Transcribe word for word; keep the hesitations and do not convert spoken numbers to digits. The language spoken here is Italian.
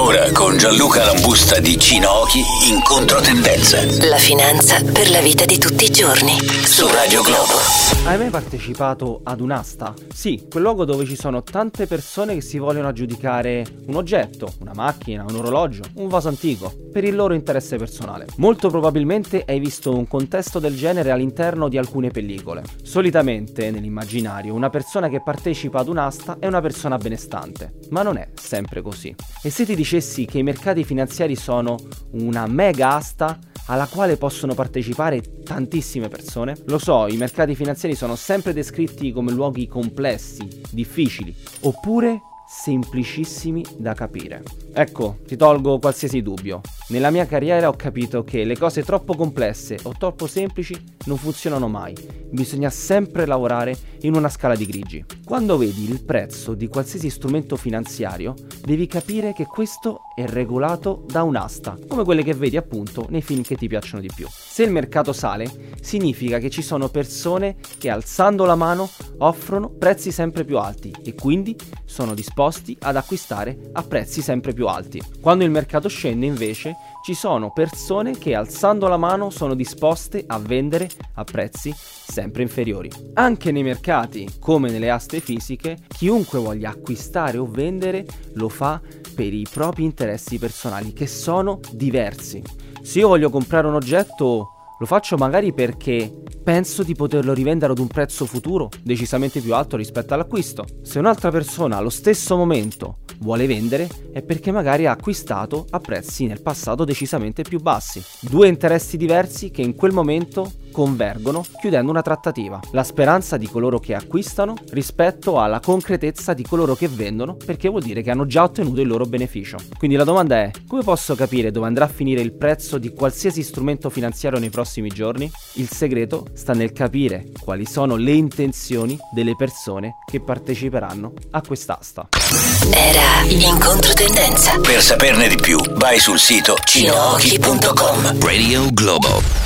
Ora con Gianluca Lambusta di Cinocchi in controtendenza. La finanza per la vita di tutti i giorni su Radio Globo. Hai mai partecipato ad un'asta? Sì, quel luogo dove ci sono tante persone che si vogliono aggiudicare un oggetto, una macchina, un orologio, un vaso antico, per il loro interesse personale. Molto probabilmente hai visto un contesto del genere all'interno di alcune pellicole. Solitamente, nell'immaginario, una persona che partecipa ad un'asta è una persona benestante, ma non è sempre così. E se ti dicessi che i mercati finanziari sono una mega asta alla quale possono partecipare tantissime persone? Lo so, i mercati finanziari sono sempre descritti come luoghi complessi, difficili, oppure semplicissimi da capire. Ecco, ti tolgo qualsiasi dubbio. Nella mia carriera ho capito che le cose troppo complesse o troppo semplici non funzionano mai. Bisogna sempre lavorare in una scala di grigi. Quando vedi il prezzo di qualsiasi strumento finanziario, devi capire che questo è regolato da un'asta, come quelle che vedi appunto nei film che ti piacciono di più. Se il mercato sale, significa che ci sono persone che alzando la mano offrono prezzi sempre più alti e quindi sono disposti ad acquistare a prezzi sempre più alti. Quando il mercato scende, invece, ci sono persone che alzando la mano sono disposte a vendere a prezzi sempre inferiori. Anche nei mercati, come nelle aste fisiche, chiunque voglia acquistare o vendere lo fa per i propri interessi personali, che sono diversi. Se io voglio comprare un oggetto, lo faccio magari perché penso di poterlo rivendere ad un prezzo futuro decisamente più alto rispetto all'acquisto. Se un'altra persona allo stesso momento vuole vendere, è perché magari ha acquistato a prezzi nel passato decisamente più bassi. Due interessi diversi che in quel momento convergono chiudendo una trattativa. La speranza di coloro che acquistano rispetto alla concretezza di coloro che vendono, perché vuol dire che hanno già ottenuto il loro beneficio. Quindi la domanda è: come posso capire dove andrà a finire il prezzo di qualsiasi strumento finanziario nei prossimi giorni? Il segreto sta nel capire quali sono le intenzioni delle persone che parteciperanno a quest'asta. Era in controtendenza. Per saperne di più, vai sul sito cinocchi punto com. Radio Globo.